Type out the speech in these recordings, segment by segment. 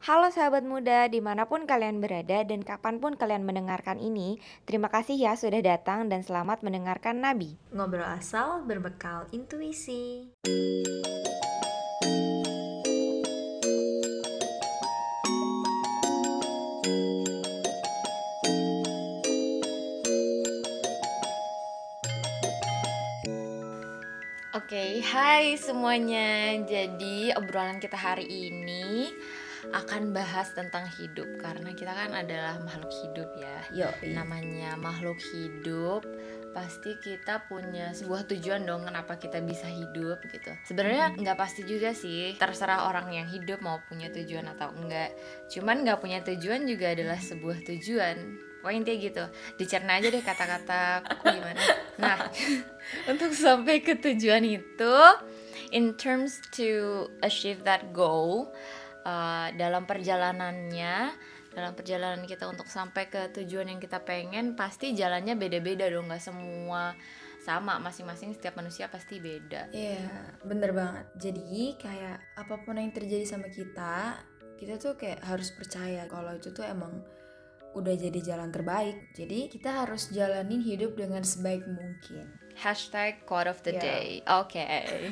Halo sahabat muda, dimanapun kalian berada dan kapanpun kalian mendengarkan ini, terima kasih ya sudah datang dan selamat mendengarkan Nabi. Ngobrol asal berbekal intuisi. Oke, hai semuanya. Jadi obrolan kita hari ini akan bahas tentang hidup karena kita kan adalah makhluk hidup ya. Namanya makhluk hidup, pasti kita punya sebuah tujuan dong kenapa kita bisa hidup gitu. Sebenarnya nggak pasti juga sih, terserah orang yang hidup mau punya tujuan atau enggak. Cuman nggak punya tujuan juga adalah sebuah tujuan. Pokoknya intinya gitu, dicerna aja deh kata-kataku gimana. Nah, untuk sampai ke tujuan itu, in terms to achieve that goal, dalam perjalanan kita untuk sampai ke tujuan yang kita pengen, pasti jalannya beda-beda dong, nggak semua sama, masing-masing setiap manusia pasti beda. Iya, bener banget. Jadi kayak apapun yang terjadi sama kita tuh kayak harus percaya kalau itu tuh emang udah jadi jalan terbaik. Jadi kita harus jalanin hidup dengan sebaik mungkin. Hashtag quote of the Yeah. day. Oke.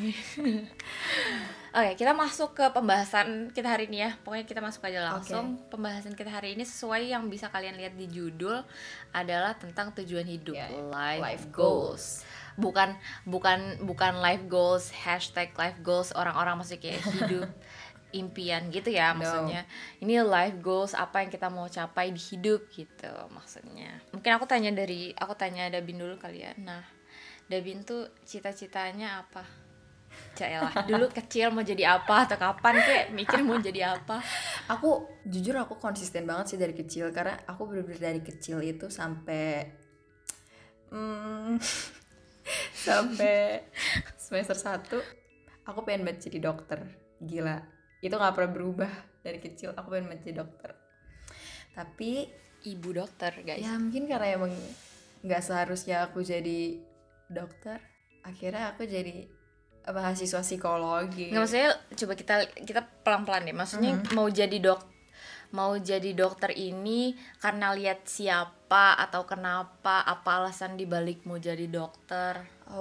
Oke, kita masuk ke pembahasan kita hari ini ya. Pokoknya kita masuk aja langsung. Pembahasan kita hari ini sesuai yang bisa kalian lihat di judul adalah tentang tujuan hidup, life goals. Bukan life goals, hashtag life goals orang-orang maksudnya kayak hidup impian gitu ya maksudnya. Ini life goals, apa yang kita mau capai di hidup gitu maksudnya. Mungkin aku tanya Dabin dulu kali ya. Nah, Dabin tuh cita-citanya apa? Caelah, dulu kecil mau jadi apa atau kapan kayak mikir mau jadi apa? Aku konsisten banget sih dari kecil, karena aku bener-bener dari kecil itu sampai sampai semester 1 aku pengen banget jadi dokter. Gila, itu gak pernah berubah dari kecil, aku pengen banget jadi dokter. Tapi ibu dokter guys, ya mungkin karena emang gak seharusnya aku jadi dokter, akhirnya aku jadi mahasiswa psikologi. nggak, maksudnya coba kita pelan-pelan deh. Maksudnya mau jadi dokter ini karena lihat siapa atau kenapa, apa alasan dibalik mau jadi dokter?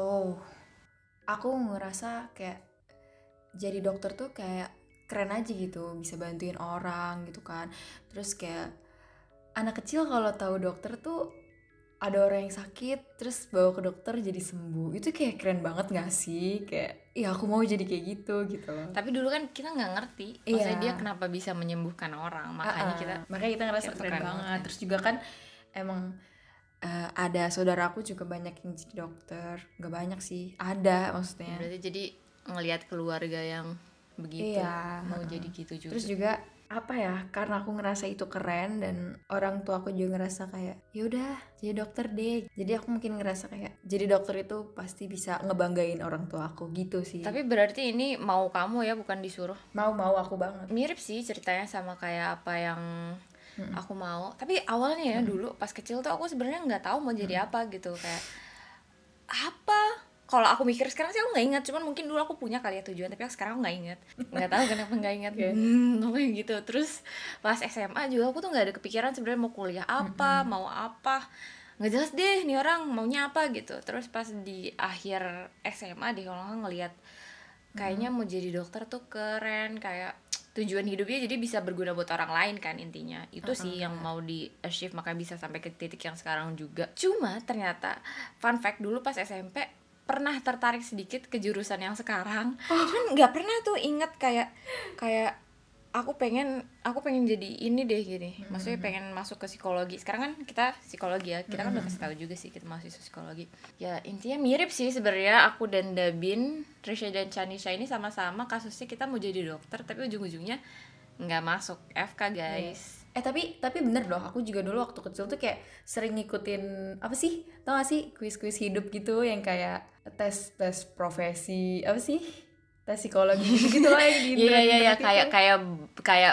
Aku ngerasa kayak jadi dokter tuh kayak keren aja gitu, bisa bantuin orang gitu kan. Terus kayak anak kecil kalau tahu dokter tuh ada orang yang sakit terus bawa ke dokter jadi sembuh, itu kayak keren banget gak sih? Kayak iya, aku mau jadi kayak gitu loh. Tapi dulu kan kita nggak ngerti maksudnya dia kenapa bisa menyembuhkan orang, makanya kita ngerasa keren banget. Terus juga kan emang ada saudaraku juga banyak yang jadi dokter, nggak banyak sih, ada maksudnya. Berarti jadi ngelihat keluarga yang begitu mau jadi gitu juga. Terus juga apa ya, karena aku ngerasa itu keren dan orang tua aku juga ngerasa kayak ya udah jadi dokter deh, jadi aku mungkin ngerasa kayak jadi dokter itu pasti bisa ngebanggain orang tua aku gitu sih. Tapi berarti ini mau kamu ya, bukan disuruh? Mau aku banget. Mirip sih ceritanya sama kayak apa yang aku mau. Tapi awalnya ya dulu pas kecil tuh aku sebenarnya nggak tahu mau jadi apa gitu, kayak apa. Kalau aku mikir sekarang sih aku nggak ingat, cuman mungkin dulu aku punya kali ya tujuan, tapi sekarang aku nggak ingat, nggak tahu kenapa nggak ingat. Pokoknya gitu. Terus pas SMA juga aku tuh nggak ada kepikiran sebenarnya mau kuliah apa, mau apa, nggak jelas deh nih orang maunya apa gitu. Terus pas di akhir SMA deh kalau nggak ngelihat kayaknya mau jadi dokter tuh keren, kayak tujuan hidupnya jadi bisa berguna buat orang lain kan, intinya itu sih yang mau di achieve, makanya bisa sampai ke titik yang sekarang juga. Cuma ternyata fun fact, dulu pas SMP pernah tertarik sedikit ke jurusan yang sekarang, cuman nggak pernah tuh inget kayak aku pengen jadi ini deh gini. Maksudnya pengen masuk ke psikologi. Sekarang kan kita psikologi ya, kita kan udah kasih tahu juga sih kita mahasiswa psikologi. Ya intinya mirip sih sebenarnya, aku dan Dabin, Trisha dan Chanisha ini sama-sama kasusnya kita mau jadi dokter tapi ujung-ujungnya nggak masuk FK guys. Tapi bener loh, aku juga dulu waktu kecil tuh kayak sering ngikutin apa sih, tau gak sih kuis-kuis hidup gitu yang kayak tes profesi, apa sih, tes psikologi gitu loh yang di Iya gitu. kayak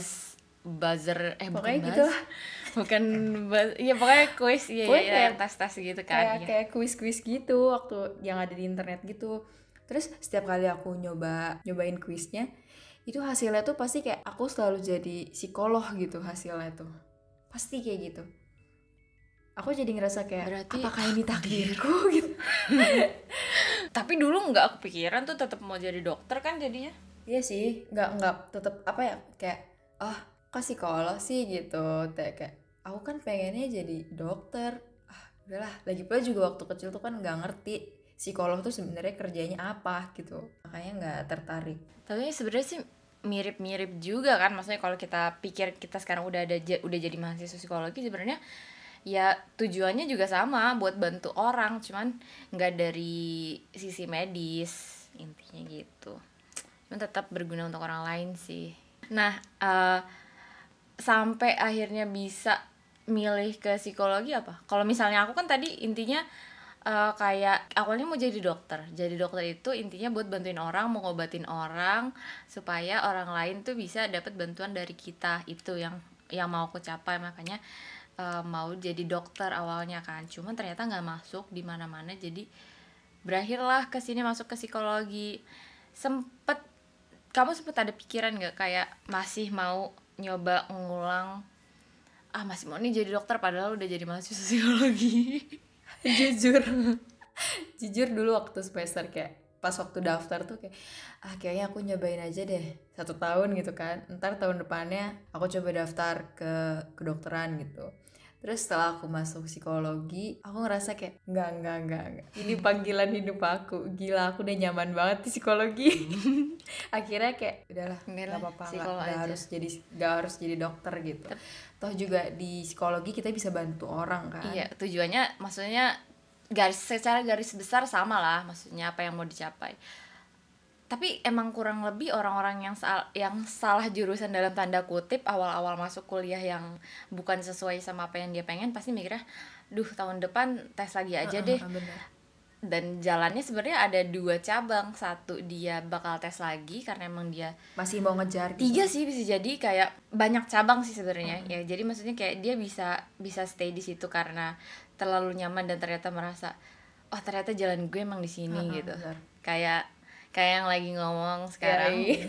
buzzer pokoknya bukan gitu buzz, bukan buzz, iya pokoknya kuis, iya tes gitu kan, kayak kuis gitu waktu yang ada di internet gitu. Terus setiap kali aku nyobain kuisnya itu hasilnya tuh pasti kayak aku selalu jadi psikolog gitu hasilnya tuh. Pasti kayak gitu. Aku jadi ngerasa kayak Berarti apakah ini takdirku gitu. tapi dulu nggak kepikiran tuh tetap mau jadi dokter kan jadinya. Iya sih, nggak tetap apa ya, kayak kok psikolog sih gitu. Kayak aku kan pengennya jadi dokter. Udahlah, lagi pula juga waktu kecil tuh kan nggak ngerti psikolog tuh sebenarnya kerjanya apa gitu. Makanya nggak tertarik. Tapi sebenarnya sih mirip-mirip juga kan, maksudnya kalau kita pikir kita sekarang udah jadi mahasiswa psikologi, sebenarnya ya tujuannya juga sama, buat bantu orang, cuman nggak dari sisi medis intinya gitu. Cuman tetap berguna untuk orang lain sih. Nah, sampai akhirnya bisa milih ke psikologi apa? Kalau misalnya aku kan tadi intinya kayak awalnya mau jadi dokter. Jadi dokter itu intinya buat bantuin orang, mau ngobatin orang supaya orang lain tuh bisa dapat bantuan dari kita. Itu yang mau aku capai, makanya mau jadi dokter awalnya kan. Cuman ternyata nggak masuk di mana-mana, jadi berakhirlah ke sini masuk ke psikologi. Kamu sempet ada pikiran nggak kayak masih mau nyoba ngulang, masih mau nih jadi dokter padahal udah jadi mahasiswa psikologi? Jujur jujur dulu waktu semester kayak pas waktu daftar tuh kayak kayaknya aku nyobain aja deh 1 tahun gitu kan, ntar tahun depannya aku coba daftar ke kedokteran gitu. Terus setelah aku masuk psikologi, aku ngerasa kayak enggak. Ini panggilan hidup aku. Gila, aku udah nyaman banget di psikologi. Akhirnya kayak udahlah, Inilah, nggak apa-apa, psikolog nggak aja. harus jadi dokter gitu. Toh juga di psikologi kita bisa bantu orang kan. Iya, tujuannya maksudnya secara garis besar sama lah, maksudnya apa yang mau dicapai. Tapi emang kurang lebih orang-orang yang salah jurusan dalam tanda kutip awal-awal masuk kuliah yang bukan sesuai sama apa yang dia pengen, pasti mikirnya, duh tahun depan tes lagi aja deh. Bener. Dan jalannya sebenarnya ada 2 cabang. Satu, dia bakal tes lagi karena emang dia Masih mau ngejar gitu. 3 sih, bisa jadi kayak banyak cabang sih sebenarnya. Ya jadi maksudnya kayak dia bisa stay di situ karena terlalu nyaman dan ternyata merasa ternyata jalan gue emang di sini gitu. Bener. Kayak yang lagi ngomong sekarang. Iya.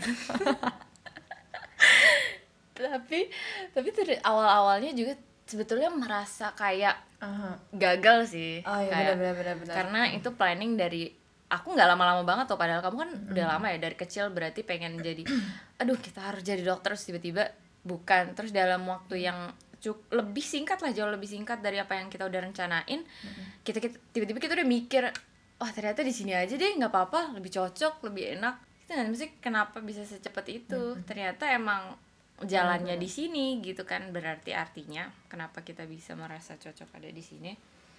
tapi awal-awalnya juga sebetulnya merasa kayak Aha. gagal sih. Iya, Kayak benar. karena itu planning dari aku nggak lama-lama banget tuh, padahal kamu kan udah lama ya dari kecil, berarti pengen jadi aduh kita harus jadi dokter, terus tiba-tiba bukan, terus dalam waktu yang lebih singkat lah, jauh lebih singkat dari apa yang kita udah rencanain, kita tiba-tiba kita udah mikir ternyata di sini aja deh, nggak apa-apa, lebih cocok, lebih enak. Kita nggak mesti kenapa bisa secepat itu. Ternyata emang jalannya di sini gitu kan, berarti artinya kenapa kita bisa merasa cocok ada di sini.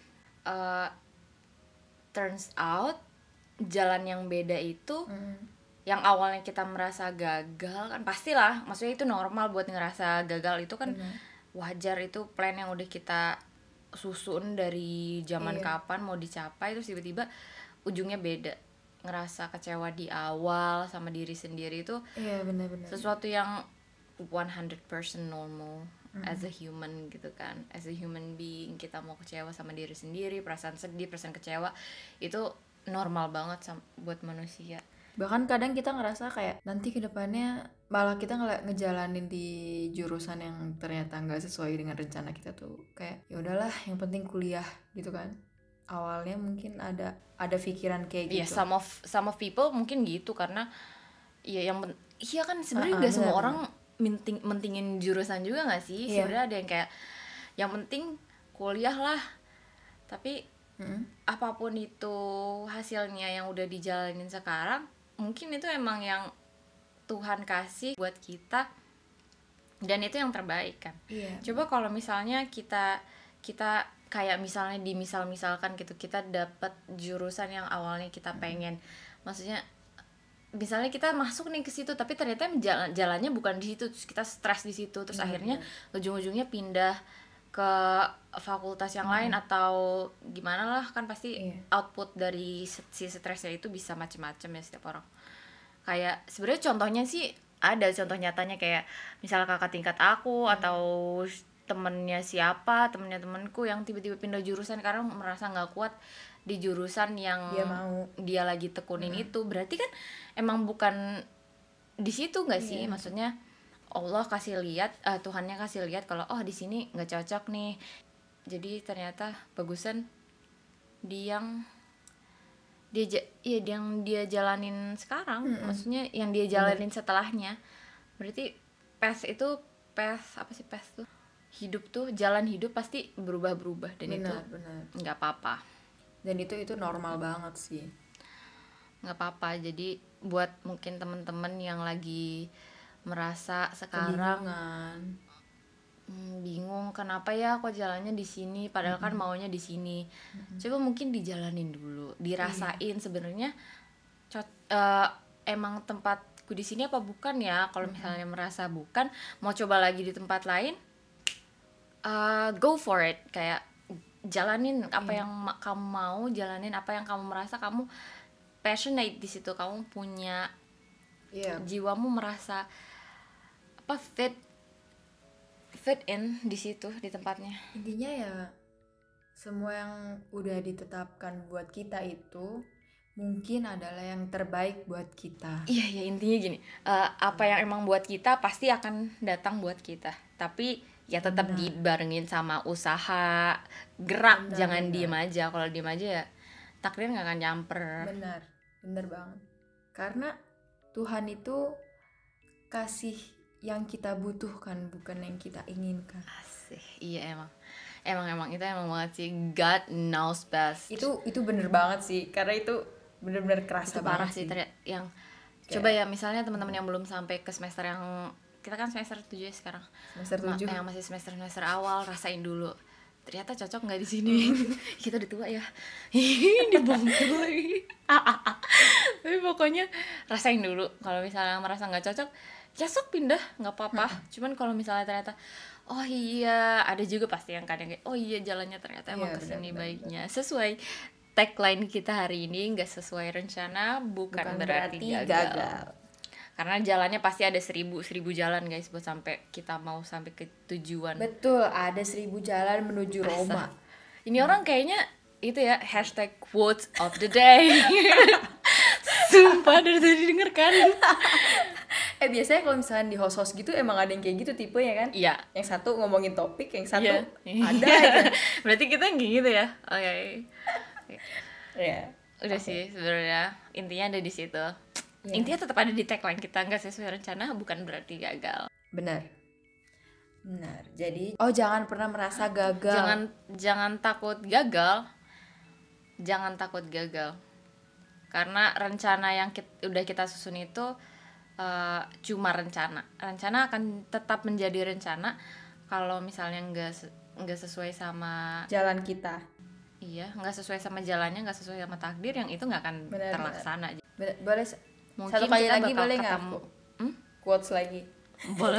Turns out jalan yang beda itu yang awalnya kita merasa gagal kan, pastilah, maksudnya itu normal buat ngerasa gagal, itu kan wajar, itu plan yang udah kita susun dari zaman kapan mau dicapai, terus tiba-tiba ujungnya beda, ngerasa kecewa di awal sama diri sendiri, itu Benar. sesuatu yang 100% normal as a human gitu kan. As a human being kita mau kecewa sama diri sendiri, perasaan sedih, perasaan kecewa, itu normal banget buat manusia. Bahkan kadang kita ngerasa kayak nanti kedepannya malah kita ngejalanin di jurusan yang ternyata nggak sesuai dengan rencana kita tuh, kayak ya udahlah yang penting kuliah gitu kan. Awalnya mungkin ada pikiran kayak gitu. Iya, some of people mungkin gitu, karena iya kan sebenarnya nggak semua orang mentingin jurusan juga nggak sih. Sebenarnya ada yang kayak yang penting kuliah lah, tapi apapun itu hasilnya yang udah dijalanin sekarang, mungkin itu emang yang Tuhan kasih buat kita dan itu yang terbaik kan. Coba kalau misalnya kita kayak misalnya misalkan gitu, kita dapat jurusan yang awalnya kita pengen, maksudnya misalnya kita masuk nih ke situ tapi ternyata jalannya bukan di situ, terus kita stres di situ, terus akhirnya ujung-ujungnya pindah ke fakultas yang lain atau gimana lah, kan pasti output dari si stresnya itu bisa macem-macem ya setiap orang. Kayak sebenarnya contohnya sih ada contoh nyatanya, kayak misalnya kakak tingkat aku atau temennya temenku yang tiba-tiba pindah jurusan karena merasa nggak kuat di jurusan yang dia lagi tekunin itu. Berarti kan emang bukan di situ nggak sih, Iya. maksudnya Allah kasih lihat, Tuhannya kasih lihat kalau oh di sini nggak cocok nih, jadi ternyata bagusan di yang yang dia jalanin sekarang, maksudnya yang dia jalanin setelahnya. Berarti apa sih path tuh, hidup tuh, jalan hidup pasti berubah-berubah, dan itu Benar. nggak apa-apa. Dan itu normal banget sih. Nggak apa-apa. Jadi buat mungkin temen-temen yang lagi merasa sekarang Kebingungan. bingung kenapa ya kok jalannya di sini padahal kan maunya di sini, coba mungkin dijalanin dulu, dirasain sebenarnya emang tempatku di sini apa bukan ya. Kalau misalnya merasa bukan, mau coba lagi di tempat lain, go for it, kayak jalanin apa yang kamu mau, jalanin apa yang kamu merasa kamu passionate di situ, kamu punya jiwamu merasa apa fit in di situ, di tempatnya. Intinya ya semua yang udah ditetapkan buat kita itu mungkin adalah yang terbaik buat kita. Iya, intinya gini, apa yang emang buat kita pasti akan datang buat kita, tapi ya tetap dibarengin sama usaha, gerak, jangan diem aja. Kalau diem aja ya takdir nggak akan nyamper. Bener banget. Karena Tuhan itu kasih yang kita butuhkan, bukan yang kita inginkan. Asik. Iya, emang itu emang banget sih, God knows best. Itu bener banget sih, karena itu bener-bener kerasa itu parah banget sih. Yang coba ya misalnya teman-teman yang belum sampai ke semester yang kita kan semester 7 ya sekarang, semester 7 yang masih semester awal, rasain dulu ternyata cocok nggak di sini. Kita udah tua ya, dibongkar lagi. Tapi pokoknya rasain dulu, kalau misalnya merasa nggak cocok ya sok pindah, nggak apa-apa. Cuman kalau misalnya ternyata oh iya, ada juga pasti yang kadang kayak oh iya jalannya ternyata emang kesini baiknya, sesuai tagline kita hari ini, nggak sesuai rencana bukan berarti gagal. Karena jalannya pasti ada 1000 jalan guys buat sampai kita mau sampai ke tujuan. Betul, ada 1000 jalan menuju Roma. Ini orang kayaknya itu ya hashtag quotes of the day. Sumpah dari tadi denger kan. Biasanya kalau misalnya di host gitu emang ada yang kayak gitu tipe ya kan? Iya. Yang satu ngomongin topik, yang satu ada aja. Berarti kita yang kayak gitu ya. Oke. Ya. Udah sih sebenarnya intinya ada di situ. Intinya tetap ada di tagline kita, nggak sesuai rencana bukan berarti gagal. Benar. Jadi jangan pernah merasa gagal. Jangan takut gagal. Karena rencana yang udah kita susun itu cuma rencana akan tetap menjadi rencana. Kalau misalnya nggak sesuai sama jalan kita, nggak sesuai sama jalannya, nggak sesuai sama takdir, yang itu nggak akan terlaksana. Boleh mungkin satu kali kita lagi bakal boleh nggak quotes lagi? boleh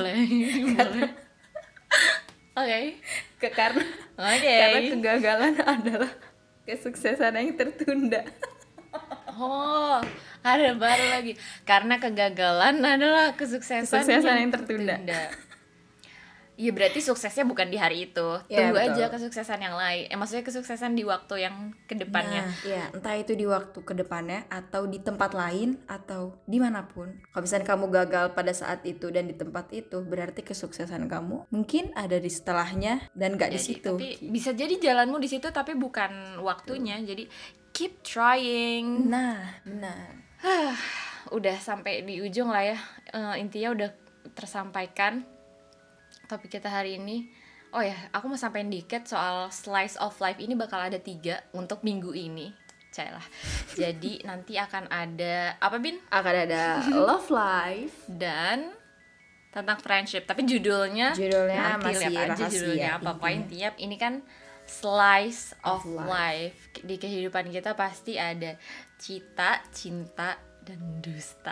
Oke. Karena kegagalan adalah kesuksesan yang tertunda. Oh, ada baru lagi. Karena kegagalan adalah kesuksesan yang tertunda. Iya, berarti suksesnya bukan di hari itu. Tunggu aja kesuksesan yang lain. Maksudnya kesuksesan di waktu yang kedepannya. Entah itu di waktu kedepannya atau di tempat lain atau dimanapun. Kalau misalnya kamu gagal pada saat itu dan di tempat itu, berarti kesuksesan kamu mungkin ada di setelahnya dan nggak di situ. Tapi bisa jadi jalanmu di situ tapi bukan waktunya. Jadi keep trying. Nah, benar. Udah sampai di ujung lah ya. Intinya udah tersampaikan topik kita hari ini. Oh ya, aku mau sampein dikit soal slice of life ini bakal ada 3 untuk minggu ini. Cailah. Jadi nanti akan ada apa, Bin? Akan ada love life dan tentang friendship. Tapi judulnya nanti masih lihat aja rahasia, judulnya apa. Pokoknya intinya ini kan slice of life. Di kehidupan kita pasti ada cita, cinta, dan dusta.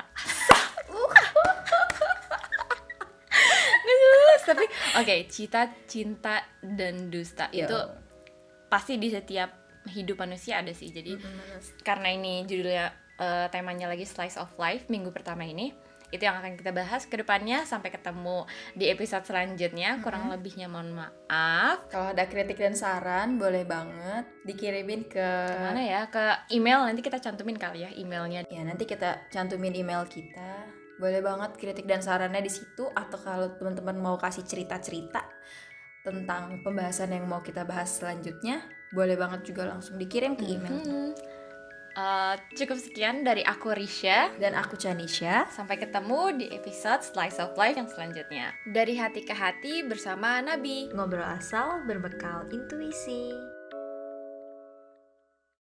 Tapi cita, cinta, dan dusta itu pasti di setiap hidup manusia ada sih. Jadi karena ini judulnya temanya lagi slice of life minggu pertama ini, itu yang akan kita bahas ke depannya. Sampai ketemu di episode selanjutnya. Kurang lebihnya mohon maaf. Kalau ada kritik dan saran boleh banget dikirimin ke mana ya, ke email. Nanti kita cantumin kali ya emailnya. Ya, nanti kita cantumin email kita Boleh banget kritik dan sarannya di situ, atau kalau teman-teman mau kasih cerita-cerita tentang pembahasan yang mau kita bahas selanjutnya, boleh banget juga langsung dikirim ke email. Cukup sekian dari aku Risha. Dan aku Chanisha. Sampai ketemu di episode Slice of Life yang selanjutnya. Dari hati ke hati bersama Nabi. Ngobrol asal berbekal intuisi.